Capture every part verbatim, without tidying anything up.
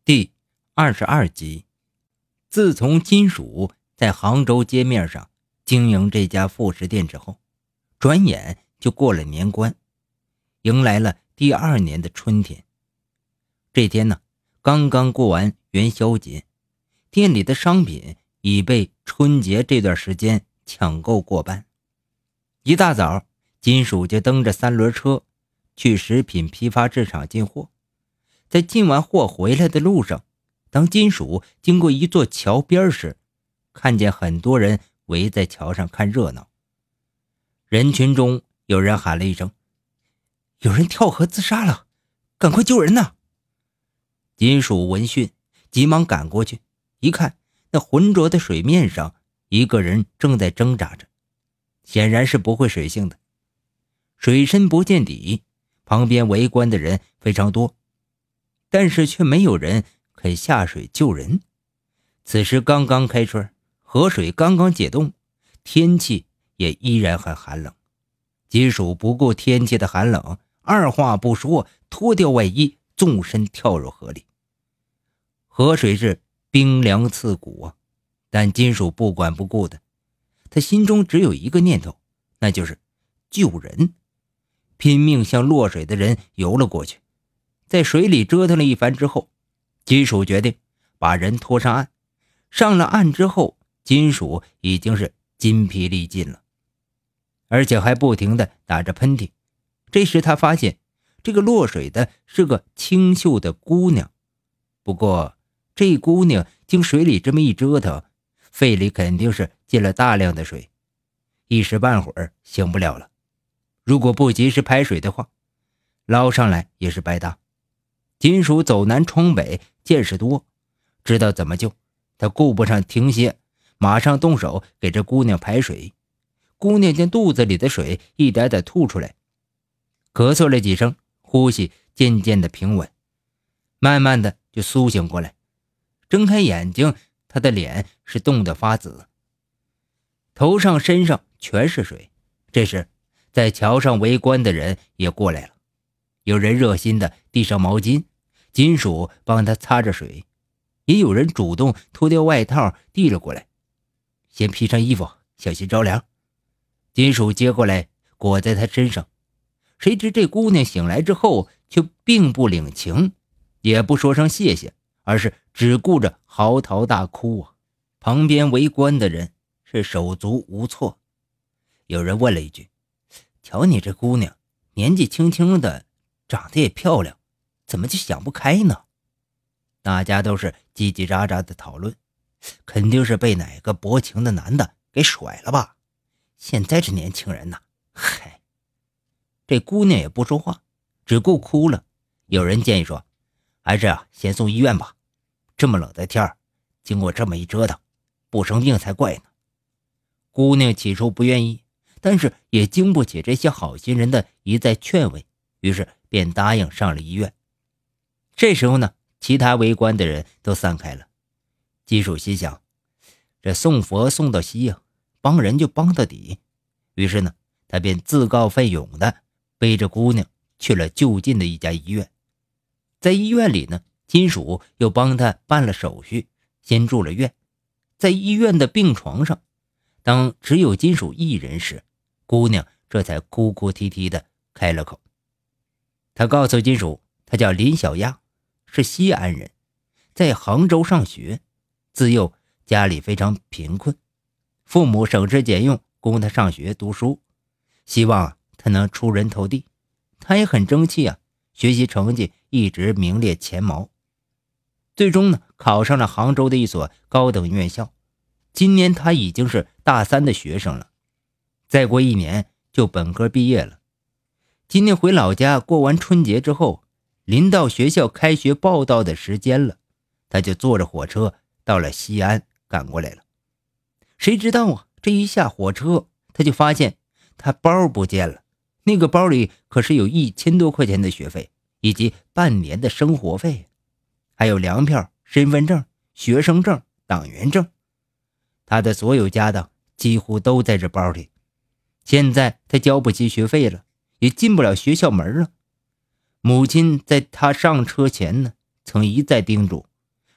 第二十二集。自从金属在杭州街面上经营这家副食店之后，转眼就过了年关，迎来了第二年的春天。这天呢，刚刚过完元宵节，店里的商品已被春节这段时间抢购过半。一大早，金属就蹬着三轮车去食品批发市场进货。在进完货回来的路上，当金属经过一座桥边时，看见很多人围在桥上看热闹。人群中有人喊了一声：“有人跳河自杀了，赶快救人呐！”金属闻讯急忙赶过去，一看，那浑浊的水面上一个人正在挣扎着，显然是不会水性的。水深不见底，旁边围观的人非常多，但是却没有人肯下水救人。此时刚刚开春，河水刚刚解冻，天气也依然很寒冷。金属不顾天气的寒冷，二话不说，脱掉外衣，纵身跳入河里。河水是冰凉刺骨啊，但金属不管不顾的，他心中只有一个念头，那就是救人。拼命向落水的人游了过去。在水里折腾了一番之后，金属决定把人拖上岸。上了岸之后，金属已经是筋疲力尽了，而且还不停地打着喷嚏。这时他发现这个落水的是个清秀的姑娘，不过这姑娘经水里这么一折腾，肺里肯定是进了大量的水，一时半会儿醒不了了。如果不及时排水的话，捞上来也是白搭。金属走南闯北，见识多，知道怎么救。他顾不上停歇，马上动手给这姑娘排水。姑娘将肚子里的水一点点吐出来，咳嗽了几声，呼吸渐渐的平稳，慢慢的就苏醒过来。睁开眼睛，她的脸是冻得发紫，头上身上全是水。这时在桥上围观的人也过来了，有人热心的递上毛巾，金属帮他擦着水，也有人主动脱掉外套递了过来，先披上衣服，小心着凉。金属接过来裹在他身上。谁知这姑娘醒来之后却并不领情，也不说声谢谢，而是只顾着嚎啕大哭啊！旁边围观的人是手足无措。有人问了一句：“瞧你这姑娘，年纪轻轻的，长得也漂亮，怎么就想不开呢？”大家都是叽叽喳喳的讨论，肯定是被哪个薄情的男的给甩了吧。现在这年轻人呐，嗨。这姑娘也不说话，只顾哭了。有人建议说，还是啊，先送医院吧，这么冷的天儿，经过这么一折腾，不生病才怪呢。姑娘起初不愿意，但是也经不起这些好心人的一再劝慰，于是便答应上了医院。这时候呢，其他围观的人都散开了。金属心想，这送佛送到西啊，帮人就帮到底。于是呢，他便自告奋勇的背着姑娘去了就近的一家医院。在医院里呢，金属又帮他办了手续，先住了院。在医院的病床上，当只有金属一人时，姑娘这才哭哭啼啼的开了口。她告诉金属，她叫林小丫，是西安人，在杭州上学，自幼家里非常贫困，父母省吃俭用供她上学读书，希望她能出人头地。她也很争气啊，学习成绩一直名列前茅，最终呢考上了杭州的一所高等院校。今年她已经是大三的学生了，再过一年就本科毕业了。今年回老家过完春节之后，临到学校开学报到的时间了，他就坐着火车到了西安赶过来了。谁知道啊，这一下火车，他就发现他包不见了。那个包里可是有一千多块钱的学费，以及半年的生活费，还有粮票、身份证、学生证、党员证。他的所有家当几乎都在这包里。现在他交不起学费了，也进不了学校门了。母亲在他上车前呢，曾一再叮嘱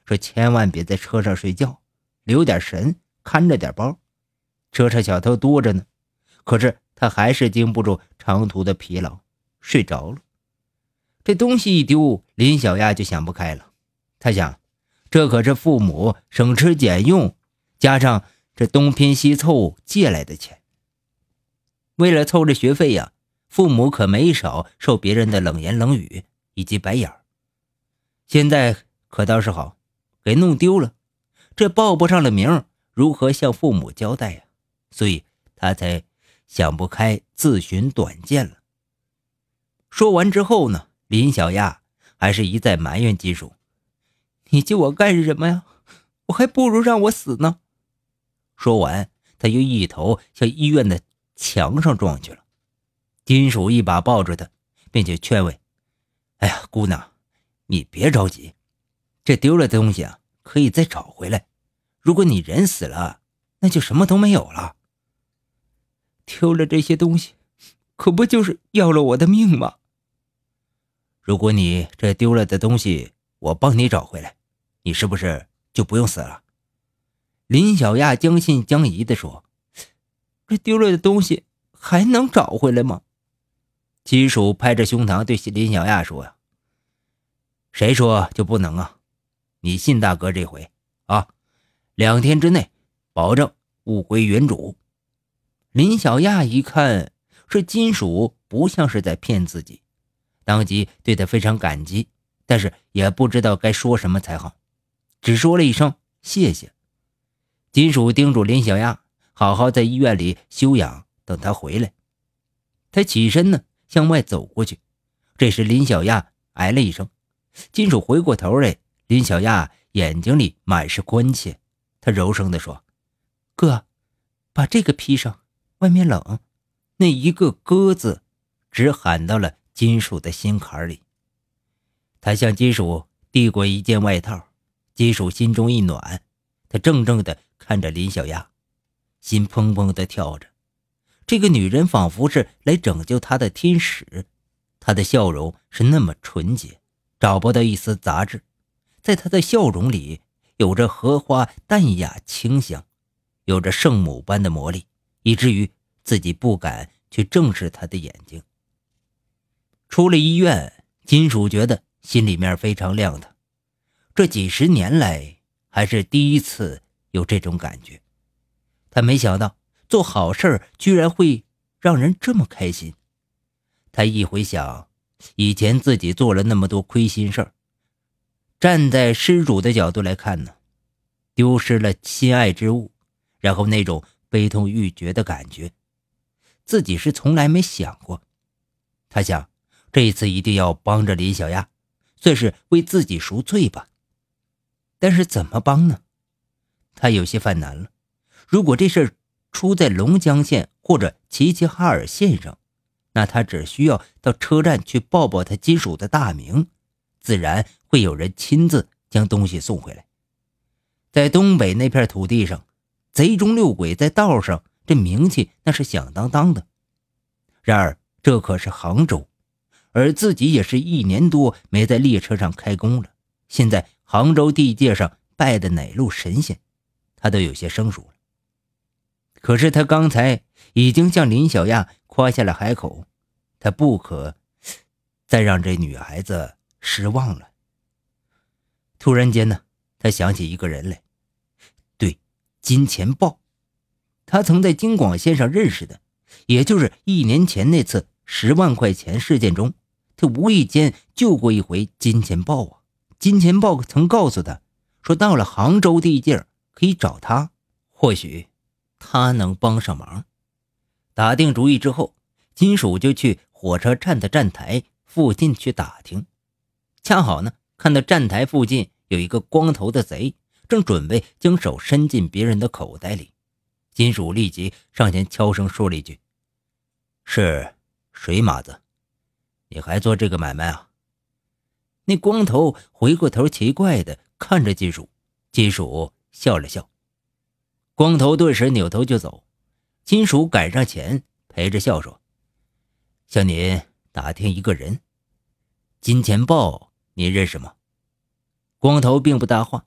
说千万别在车上睡觉，留点神，看着点包。车上小偷多着呢，可是他还是经不住长途的疲劳，睡着了。这东西一丢，林小亚就想不开了。他想，这可是父母省吃俭用，加上这东拼西凑借来的钱。为了凑这学费呀，父母可没少受别人的冷言冷语以及白眼儿。现在可倒是好，给弄丢了，这报不上了名，如何向父母交代呀？所以他才想不开，自寻短见了。说完之后呢，林小亚还是一再埋怨金属：“你救我干什么呀？我还不如让我死呢。”说完，他又一头向医院的墙上撞去了。金属一把抱住他，并且劝慰：“哎呀，姑娘，你别着急，这丢了的东西啊，可以再找回来。如果你人死了，那就什么都没有了。丢了这些东西，可不就是要了我的命吗？如果你这丢了的东西我帮你找回来，你是不是就不用死了？”林小亚将信将疑地说：“这丢了的东西还能找回来吗？”金属拍着胸膛对林小亚说：“呀，谁说就不能啊？你信大哥这回啊，两天之内保证物归原主。”林小亚一看这金属不像是在骗自己，当即对他非常感激，但是也不知道该说什么才好，只说了一声谢谢。金属叮嘱林小亚好好在医院里休养，等他回来。他起身呢，向外走过去。这时林小亚哎了一声，金属回过头来，林小亚眼睛里满是关切，他柔声地说：“哥，把这个披上，外面冷。”那一个哥字只喊到了金属的心坎里。他向金属递过一件外套，金属心中一暖，他怔怔地看着林小亚，心砰砰地跳着。这个女人仿佛是来拯救他的天使，她的笑容是那么纯洁，找不到一丝杂质，在她的笑容里有着荷花淡雅清香，有着圣母般的魔力，以至于自己不敢去正视她的眼睛。出了医院，金属觉得心里面非常亮堂，这几十年来还是第一次有这种感觉。他没想到做好事居然会让人这么开心。他一回想以前自己做了那么多亏心事儿，站在施主的角度来看呢，丢失了心爱之物，然后那种悲痛欲绝的感觉，自己是从来没想过。他想这一次一定要帮着林小亚，算是为自己赎罪吧。但是怎么帮呢？他有些犯难了。如果这事儿出在龙江县或者齐齐哈尔县上，那他只需要到车站去报报他金属的大名，自然会有人亲自将东西送回来。在东北那片土地上，贼中六鬼在道上这名气那是响当当的。然而这可是杭州，而自己也是一年多没在列车上开工了，现在杭州地界上拜的哪路神仙，他都有些生疏了。可是他刚才已经向林小亚夸下了海口，他不可再让这女孩子失望了。突然间呢，他想起一个人来，对，金钱豹。他曾在京广线上认识的，也就是一年前那次十万块钱事件中，他无意间救过一回金钱豹啊。金钱豹曾告诉他说，到了杭州地界可以找他，或许他能帮上忙。打定主意之后，金属就去火车站的站台附近去打听。恰好呢，看到站台附近有一个光头的贼，正准备将手伸进别人的口袋里。金属立即上前悄声说了一句：“是水马子，你还做这个买卖啊？”那光头回过头奇怪地看着金属，金属笑了笑。光头顿时扭头就走，金属赶上前陪着笑说：“向您打听一个人，金钱豹您认识吗？”光头并不搭话，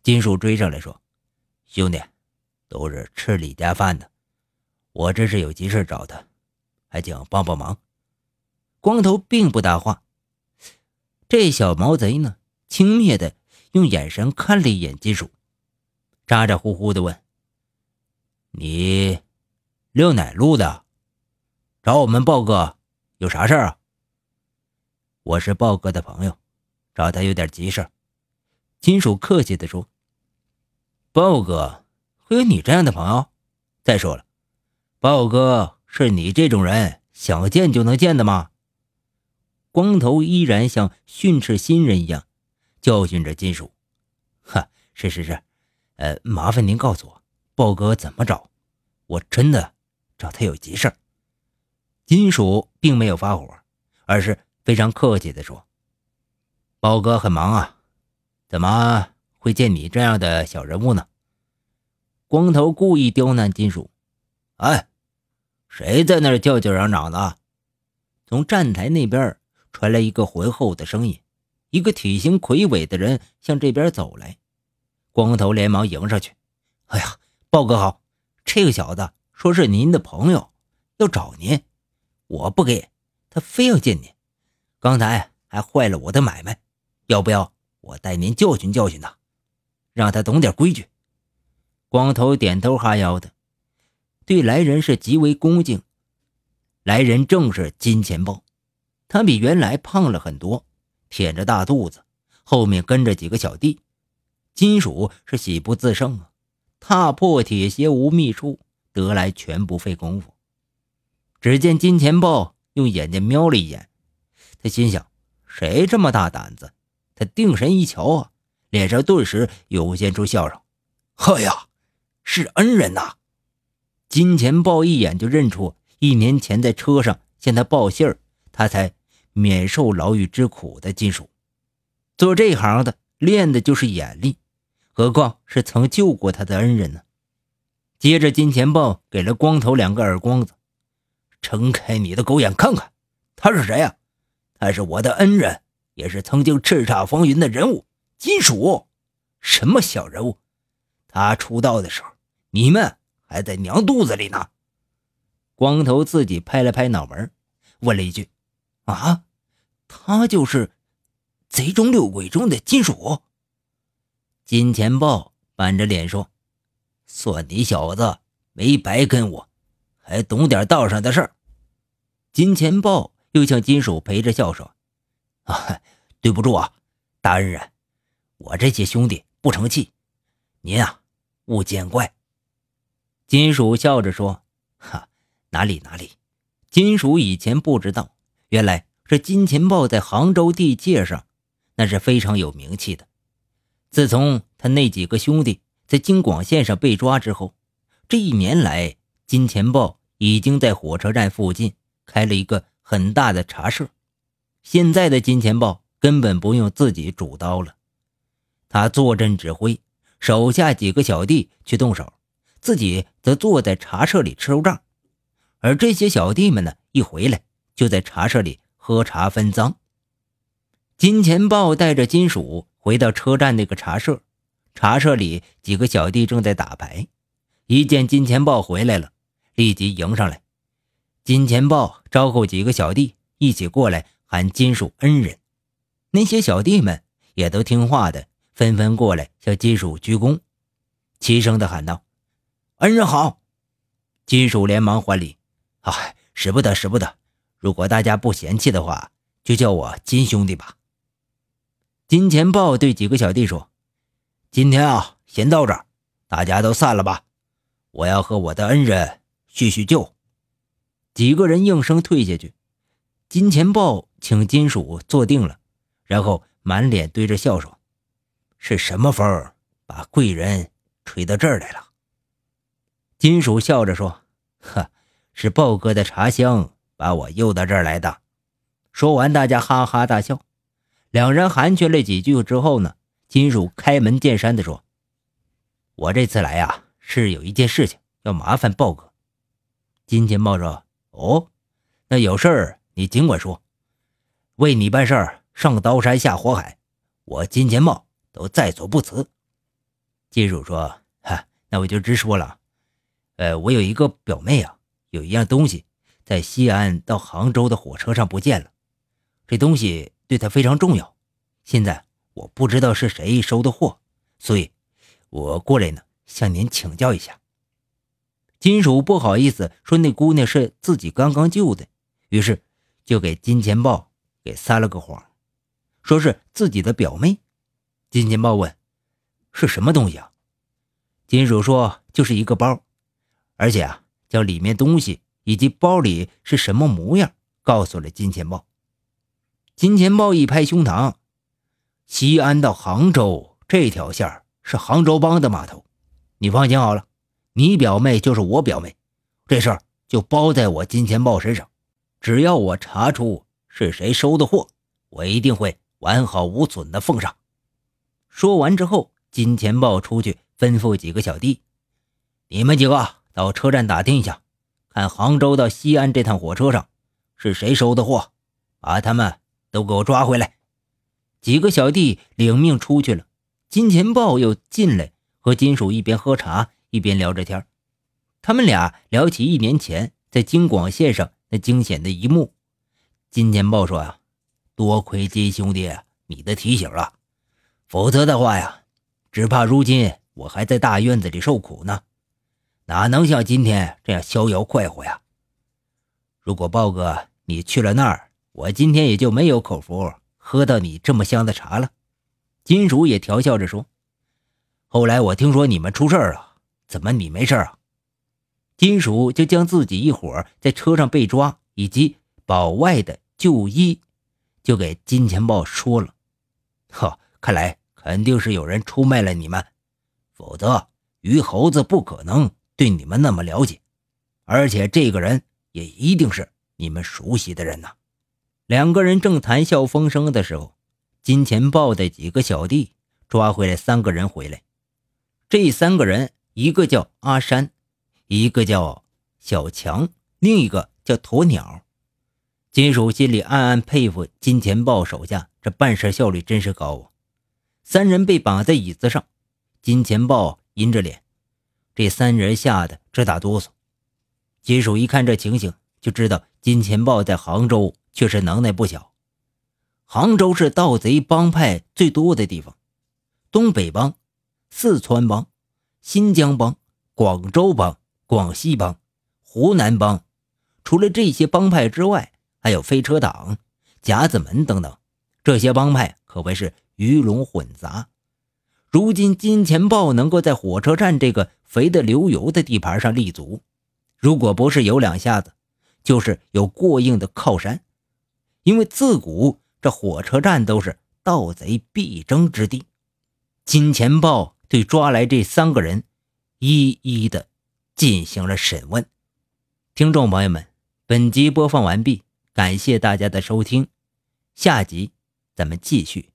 金属追上来说：“兄弟，都是吃李家饭的，我这是有急事找他，还请帮帮忙。”光头并不搭话，这小毛贼呢，轻蔑的用眼神看了一眼金属，咋咋呼呼的问：“你溜哪路的？找我们豹哥有啥事儿啊？”“我是豹哥的朋友，找他有点急事儿。”金属客气地说。“豹哥会有你这样的朋友？再说了，豹哥是你这种人想见就能见的吗？”光头依然像训斥新人一样教训着金属。“哈，是是是，呃，麻烦您告诉我，豹哥怎么找？我真的找他有急事儿。”金属并没有发火，而是非常客气地说：“豹哥很忙啊，怎么会见你这样的小人物呢？”光头故意刁难金属：“哎，谁在那儿叫叫嚷嚷的？”从站台那边传来一个浑厚的声音，一个体型魁伟的人向这边走来。光头连忙迎上去：“哎呀，豹哥好，这个小子说是您的朋友，要找您，我不给，他非要见您，刚才还坏了我的买卖，要不要我带您教训教训他，让他懂点规矩？”光头点头哈腰的，对来人是极为恭敬。来人正是金钱豹，他比原来胖了很多，腆着大肚子，后面跟着几个小弟。金属是喜不自胜啊，踏破铁鞋无觅处，得来全不费功夫。只见金钱豹用眼睛瞄了一眼，他心想，谁这么大胆子？他定神一瞧啊，脸上顿时涌现出笑容：“哎呀，是恩人呐！”金钱豹一眼就认出一年前在车上向他报信儿，他才免受牢狱之苦的金属。做这行的练的就是眼力，何况是曾救过他的恩人呢？接着金钱豹给了光头两个耳光子：“睁开你的狗眼看看，他是谁啊？他是我的恩人，也是曾经叱咤风云的人物，金属。什么小人物？他出道的时候，你们还在娘肚子里呢。”光头自己拍了拍脑门，问了一句：“啊，他就是贼中六鬼中的金属？”金钱豹板着脸说：“算你小子没白跟我，还懂点道上的事儿。”金钱豹又向金属陪着笑说：“啊，对不住啊，大恩人，我这些兄弟不成器，您啊勿见怪。”金属笑着说：“哈，哪里哪里。”金属以前不知道，原来这金钱豹在杭州地界上那是非常有名气的。自从他那几个兄弟在京广线上被抓之后，这一年来金钱豹已经在火车站附近开了一个很大的茶社。现在的金钱豹根本不用自己主刀了，他坐镇指挥，手下几个小弟去动手，自己则坐在茶社里吃肉账。而这些小弟们呢，一回来就在茶社里喝茶分赃。金钱豹带着金属回到车站那个茶社，茶社里几个小弟正在打牌，一见金钱豹回来了，立即迎上来。金钱豹招呼几个小弟一起过来喊金属恩人，那些小弟们也都听话的，纷纷过来向金属鞠躬，齐声的喊道：“恩人好！”金属连忙还礼：“哎，使不得使不得，如果大家不嫌弃的话，就叫我金兄弟吧。”金钱豹对几个小弟说：“今天啊，先到这儿，大家都散了吧，我要和我的恩人叙叙旧。”几个人应声退下去。金钱豹请金属坐定了，然后满脸堆着笑说：“是什么风把贵人吹到这儿来了？”金属笑着说：“呵，是豹哥的茶香把我诱到这儿来的。”说完，大家哈哈大笑。两人寒暄了几句之后呢，金属开门见山地说：“我这次来啊，是有一件事情要麻烦豹哥。”金钱豹说：“哦，那有事儿你尽管说，为你办事儿上刀山下火海，我金钱豹都在所不辞。” 金属说：“哈，那我就直说了。呃，我有一个表妹啊，有一样东西在西安到杭州的火车上不见了，这东西对她非常重要。现在我不知道是谁收的货，所以我过来呢向您请教一下。”金属不好意思说那姑娘是自己刚刚救的，于是就给金钱豹给撒了个谎，说是自己的表妹。金钱豹问：“是什么东西啊？”金属说：“就是一个包，而且啊，将里面东西以及包里是什么模样告诉了金钱豹。”金钱豹一拍胸膛：“西安到杭州这条线是杭州帮的码头，你放心好了，你表妹就是我表妹，这事儿就包在我金钱豹身上。只要我查出是谁收的货，我一定会完好无损的奉上。”说完之后，金钱豹出去吩咐几个小弟：“你们几个到车站打听一下，看杭州到西安这趟火车上是谁收的货，把他们都给我抓回来。”几个小弟领命出去了。金钱豹又进来和金属一边喝茶一边聊着天。他们俩聊起一年前在京广线上那惊险的一幕。金钱豹说啊：“多亏金兄弟你的提醒啊，否则的话呀，只怕如今我还在大院子里受苦呢，哪能像今天这样逍遥快活呀？如果豹哥你去了那儿，我今天也就没有口福喝到你这么香的茶了。”金属也调笑着说：“后来我听说你们出事儿了，怎么你没事啊？”金属就将自己一伙在车上被抓以及保外的就医就给金钱豹说了。呵，看来肯定是有人出卖了你们，否则于猴子不可能对你们那么了解，而且这个人也一定是你们熟悉的人呐。两个人正谈笑风生的时候，金钱豹的几个小弟抓回来三个人回来。这三个人，一个叫阿山，一个叫小强，另一个叫鸵鸟。金属心里暗暗佩服金钱豹手下这办事效率真是高啊。三人被绑在椅子上，金钱豹阴着脸，这三人吓得直打哆嗦。金属一看这情形，就知道金钱豹在杭州确实能耐不小。杭州是盗贼帮派最多的地方，东北帮、四川帮、新疆帮、广州帮、广西帮、湖南帮，除了这些帮派之外，还有飞车党、夹子门等等，这些帮派可谓是鱼龙混杂。如今金钱豹能够在火车站这个肥得流油的地盘上立足，如果不是有两下子，就是有过硬的靠山。因为自古这火车站都是盗贼必争之地。金钱豹对抓来这三个人一一的进行了审问。听众朋友们，本集播放完毕，感谢大家的收听，下集咱们继续。